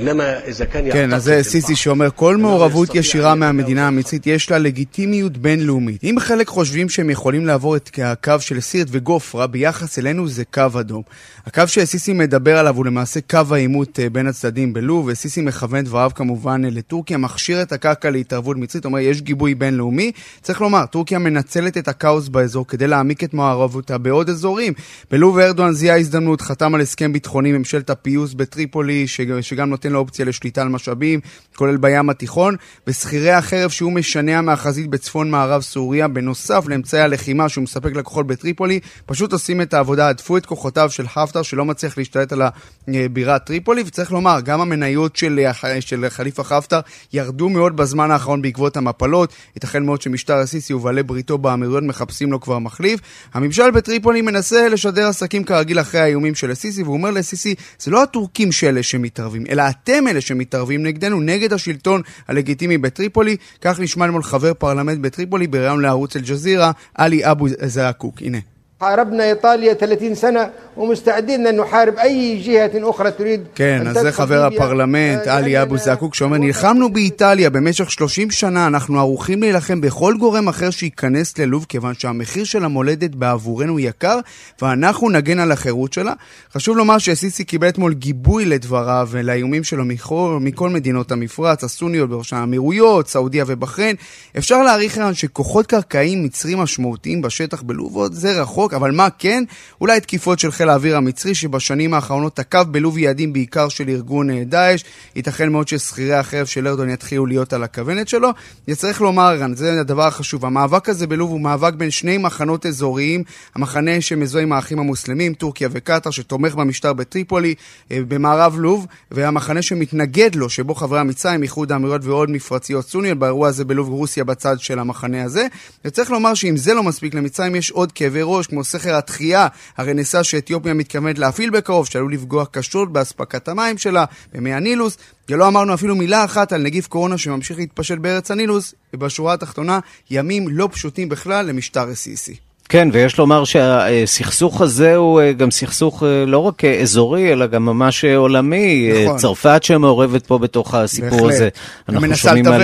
כן, אז זה סיסי שאומר, כל מעורבות ישירה מהמדינה המצרית יש לה לגיטימיות בינלאומית. אם חלק חושבים שהם יכולים לעבור את הקו של סירט וגופרה, ביחס אלינו זה קו אדום. הקו שסיסי מדבר עליו הוא למעשה קו העימות בין הצדדים בלוב, וסיסי מכוון דבריו כמובן לטורקיה, מכשיר את הקרקע להתערבות מצרית, אומר יש גיבוי בינלאומי. צריך לומר, טורקיה מנצלת את הכאוס באזור כדי להעמיק את מעורבותה בעוד אזורים. בלוב ארדואן זיהה הזדמנות, חתם על הסכם ביטחוני ממשלת הפיוס בטריפולי, שגם נותן לו אופציה לשליטה על משאבים, כולל בים התיכון, וסחירי החרב שהוא משנע מהחזית בצפון מערב סוריה, בנוסף לאמצעי הלחימה שהוא מספק לכוחות בטריפולי, פשוט עושים את העבודה, עדפו את כוחותיו של חפטר שלא מצליח להשתלט על הבירה טריפולי, וצריך לומר, גם המניות של חליפה חפטר ירדו מאוד בזמן האחרון בעקבות המפלות, ייתכן מאוד שמשטר הסיסי ובעלי בריתו באמירויות מחפשים לו כבר מחליף. הממשל בטריפולי מנסה לשדר עסקים כרגיל אחרי האיומים של הסיסי, והוא אומר לסיסי, זה לא הטורקים שאלה שמתערבים, אלא אתם אלה שמתערבים נגדנו, נגד השלטון הלגיטימי בטריפולי. כך נשמע אתמול חבר פרלמנט בטריפולי בראיון לערוץ אל-ג'זירה, עלי אבו זעקוק. הנה. حاربنا إيطاليا 30 سنة ومستعدين أن نحارب أي جهة أخرى تريد. כן, אז זה חבר הפרלמנט, עלי אבו זעקוק, שאומר, נלחמנו באיטליה במשך 30 שנה, אנחנו ערוכים להילחם בכל גורם אחר שייכנס ללוב, כיוון שהמחיר של המולדת בעבורנו יקר, ואנחנו נגן על החירות שלה. חשוב לומר שהסיסי קיבל אתמול גיבוי לדבריו ולאיומים שלו מכל מדינות המפרץ, הסוניות בראשן האמירויות, סעודיה ובחריין. אפשר להעריך שכוחות קרקעיים מצרים משמעותיים בשטח בלוב, עוד זה רחוק, אבל מה כן? אולי תקיפות של חיל האוויר המצרי שבשנים האחרונות תקף בלוב יעדים בעיקר של ארגון דאעש. ייתכן מאוד שסחירי החרב של ארדואן יתחילו להיות על הכוונת שלו. צריך לומר, זה הדבר החשוב, המאבק הזה בלוב הוא מאבק בין שני מחנות אזוריים, המחנה שמזוהה עם האחים המוסלמים, טורקיה וקטר, שתומך במשטר בטריפולי במערב לוב, והמחנה שמתנגד לו, שבו חברי המצרים, איחוד האמירויות ועוד מפרציות סוניות, באירוע הזה בלוב רוסיה בצד של המחנה הזה. וצריך לומר שאם זה לא מספיק למצרים, יש עוד כאבי ראש, כמו סכר התחייה, הרנסה שאתיופיה מתכוונת להפעיל בקרוב, שעלול לפגוע קשות באספקת המים שלה, במי הנילוס. לא אמרנו אפילו מילה אחת על נגיף קורונה שממשיך להתפשט בארץ הנילוס, ובשורה התחתונה, ימים לא פשוטים בכלל למשטר הסיסי. כן, ויש לומר שהסכסוך הזה הוא גם סכסוך לא רק אזורי, אלא גם ממש עולמי. נכון. צרפת שמעורבת פה בתוך הסיפור הזה. אנחנו שומעים על...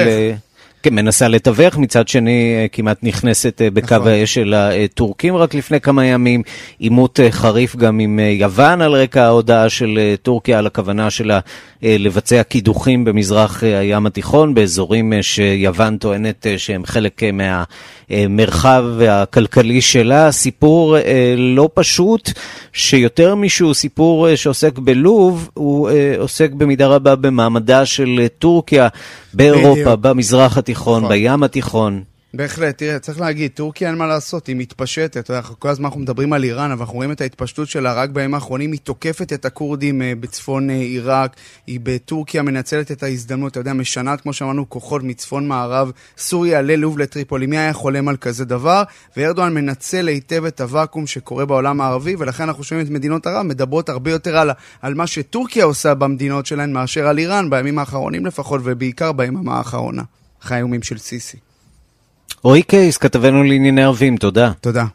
מנסה לתווך, מצד שני כמעט נכנסת בקו האש של הטורקים רק לפני כמה ימים, עימות חריף גם עם יוון על רקע ההודעה של טורקיה על הכוונה שלה לבצע קידוחים במזרח הים התיכון, באזורים שיוון טוענת שהם חלק מהמרחב הכלכלי שלה. סיפור לא פשוט, שיותר משהו סיפור שעוסק בלוב, הוא עוסק במידה רבה במעמדה של טורקיה באירופה, במזרח התיכון, בים התיכון. בהחלט, תראה, צריך להגיד, טורקיה אין מה לעשות, היא מתפשטת, כל הזמן אנחנו מדברים על איראן, אבל אנחנו רואים את ההתפשטות שלה רק בימים האחרונים, היא תוקפת את הכורדים בצפון עיראק, היא בטורקיה מנצלת את ההזדמנות, אתה יודע, משנת, כמו שאמרנו, כוחות מצפון מערב, סוריה ללוב לטריפולי, מי היה חולם על כזה דבר, וארדואן מנצל היטב את הוואקום שקורה בעולם הערבי, ולכן אנחנו שומעים את מדינות ערב, מדברות הרבה יותר על מה שטורקיה עושה במדינות שלהן, מאשר על איראן, בימים האחרונים לפחות, ובעיקר בימים האחרונה, אחרי האיומים של סיסי. רועי קייס, כתבנו לענייני ערבים, תודה. תודה.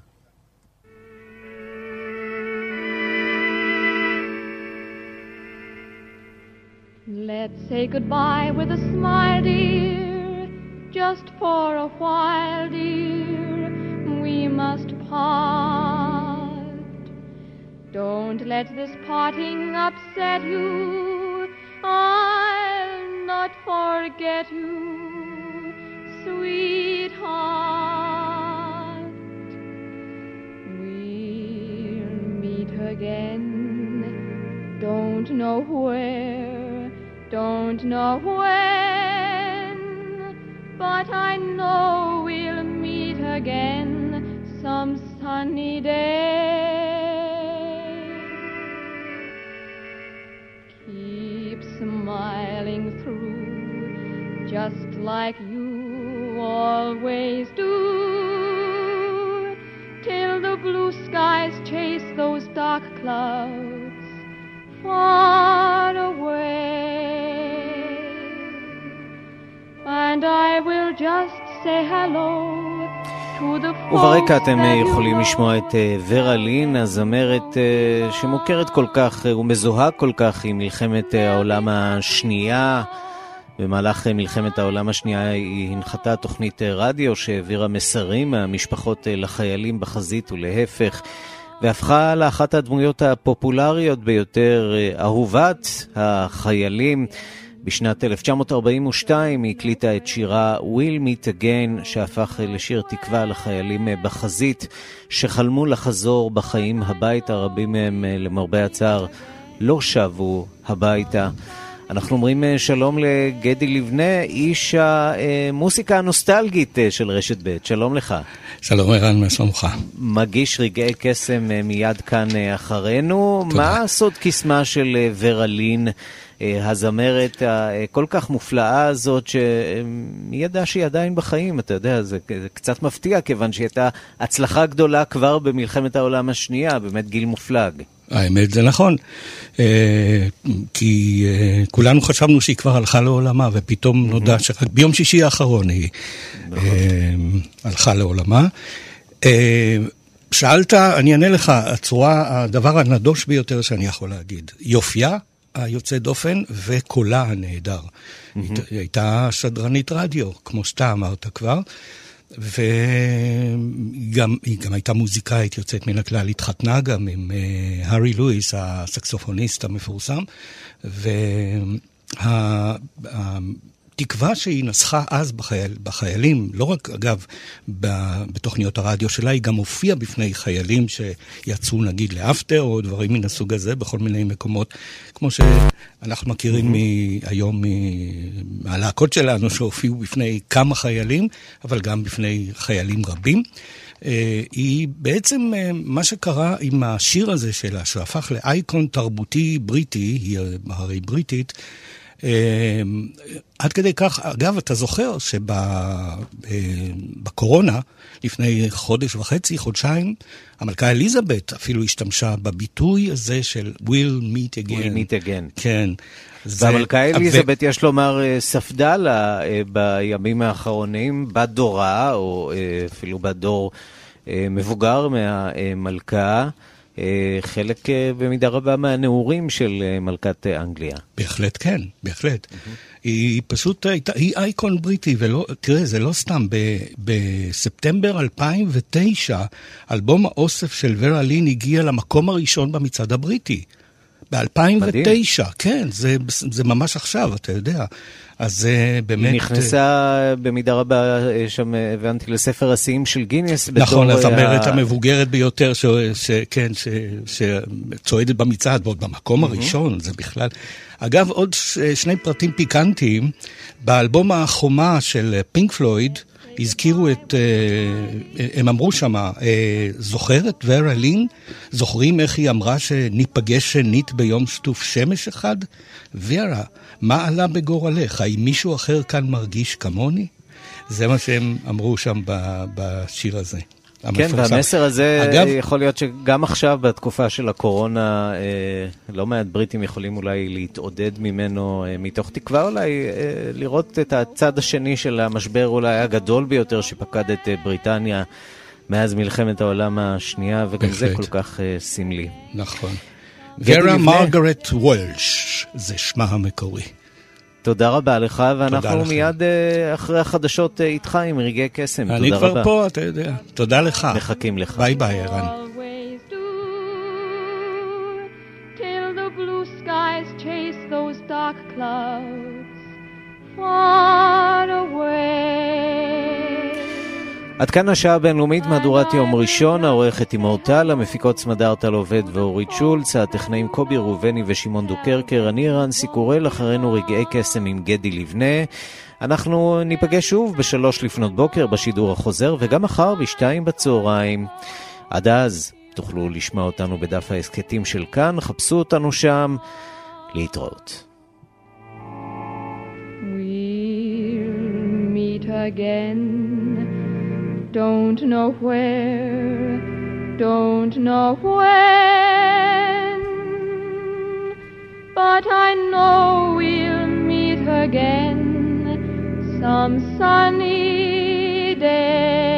Let's say goodbye with a smile, dear, just for a while, dear, we must part. Don't let this parting upset you, I'll not forget you. sweetheart. We'll meet again. Don't know where, don't know when, but I know we'll meet again some sunny day. Keep smiling through, just like you always do, till the blue skies chase those dark clouds far away. And I will just say hello to the folks. וברקע אתם יכולים לשמוע את ורה לין, הזמרת שמוכרת כל כך ומזוהה כל כך עם מלחמת העולם השנייה. במהלך מלחמת העולם השנייה היא הנחתה תוכנית רדיו שהעבירה מסרים מהמשפחות לחיילים בחזית ולהפך, והפכה לאחת הדמויות הפופולריות ביותר, אהובת החיילים. בשנת 1942 היא הקליטה את שירה We'll Meet Again, שהפך לשיר תקווה לחיילים בחזית שחלמו לחזור בחיים הביתה. רבים מהם למרבה הצער לא שבו הביתה. אנחנו אומרים שלום לגדי לבנה, איש המוסיקה הנוסטלגית של רשת ב'. שלום לך. שלום ערן, מה שלומך? מגיש רגעי קסם מיד כאן אחרינו. תודה. מה הסוד קסמה של ורה לין, הזמרת כל כך מופלאה הזאת, שמי ידע שהיא עדיין בחיים? אתה יודע, זה קצת מפתיע, כיוון שהיא הייתה הצלחה גדולה כבר במלחמת העולם השנייה, באמת גיל מופלג. האמת זה נכון, כי כולנו חשבנו שהיא כבר הלכה לעולמה, ופתאום נודע שרק ביום שישי האחרון היא הלכה לעולמה. שאלת, אני אענה לך, הדבר הנדוש ביותר שאני יכול להגיד, יופייה היוצא דופן וקולה הנהדר. היא הייתה שדרנית רדיו, כמו שאתה אמרת כבר, והיא גם הייתה מוזיקאית יוצאת מן הכלל, התחתנה גם עם הארי לואיס, הסקסופוניסט המפורסם, והתקווה שהיא נסחה אז בחיילים, לא רק אגב בתוכניות הרדיו שלה, היא גם הופיעה בפני חיילים שיצאו נגיד לאפטר או דברים מן הסוג הזה, בכל מיני מקומות, כמו שאנחנו מכירים היום מהלהקות שלנו שהופיעו בפני כמה חיילים, אבל גם בפני חיילים רבים. היא בעצם מה שקרה עם השיר הזה שלה, שהפך לאייקון תרבותי בריטי, היא הרי בריטית, עד כדי כך, אגב, אתה זוכר שבקורונה, לפני חודש וחצי, חודשיים, המלכה אליזבת אפילו השתמשה בביטוי הזה של We'll Meet Again. We'll Meet Again. כן. והמלכה אליזבת, יש לומר, ספדה לה בימים האחרונים, בדורה, או אפילו בדור מבוגר מהמלכה, חלק במידה רבה מהנעורים של מלכת אנגליה. בהחלט כן, בהחלט. היא פשוט היא אייקון בריטי, ולא, תראה, זה לא סתם, בספטמבר 2009, אלבום האוסף של ורה לין הגיע למקום הראשון במצעד הבריטי. ב-2009, כן, זה ממש עכשיו, אתה יודע. אז זה באמת... היא נכנסה במידה רבה, שם הבנתי, לספר השיאים של גינס. נכון, הזמרת המבוגרת ביותר, כן, שצועדת במצעד, ועוד במקום הראשון, זה בכלל... אגב, עוד שני פרטים פיקנטיים, באלבום החומה של פינק פלויד, הזכירו הם אמרו שמה, זוכרת ורה לין? זוכרים איך היא אמרה שניפגש שנית ביום שטוף שמש אחד? ורה, מה עלה בגורלך? האם מישהו אחר כאן מרגיש כמוני? זה מה שהם אמרו שם בשיר הזה. כן, והמסר הזה, אגב, יכול להיות שגם עכשיו בתקופה של הקורונה, לא מעט בריטים יכולים אולי להתעודד ממנו, מתוך תקווה אולי לראות את הצד השני של המשבר אולי הגדול ביותר שפקד את בריטניה מאז מלחמת העולם השנייה, וגם זה כל כך סמלי. נכון. ורה מרגרט וולש, זה שמה המקורי. תודה רבה לך, ואנחנו מיד אחרי החדשות איתך עם רגעי קסם. אני כבר פה, אתה יודע. תודה לך. מחכים לך. ביי ביי, ערן. Till the blue skies chase those dark clouds far away. עד כאן השעה הבינלאומית, מהדורת יום ראשון, העורכת עם אורטל, המפיקות סמדארטל עובד ואורית שולץ, הטכנאים קובי רובני ושמעון דוקרקר, אני רנסי קורל, אחרינו רגעי קסם עם גדי לבנה. אנחנו ניפגש שוב ב3 לפנות בוקר בשידור החוזר, וגם מחר ב2 בצהריים. עד אז תוכלו לשמוע אותנו בדף ההסקטים של כאן, חפשו אותנו שם, להתראות. We'll meet again, don't know where, don't know when, but I know we'll meet again some sunny day.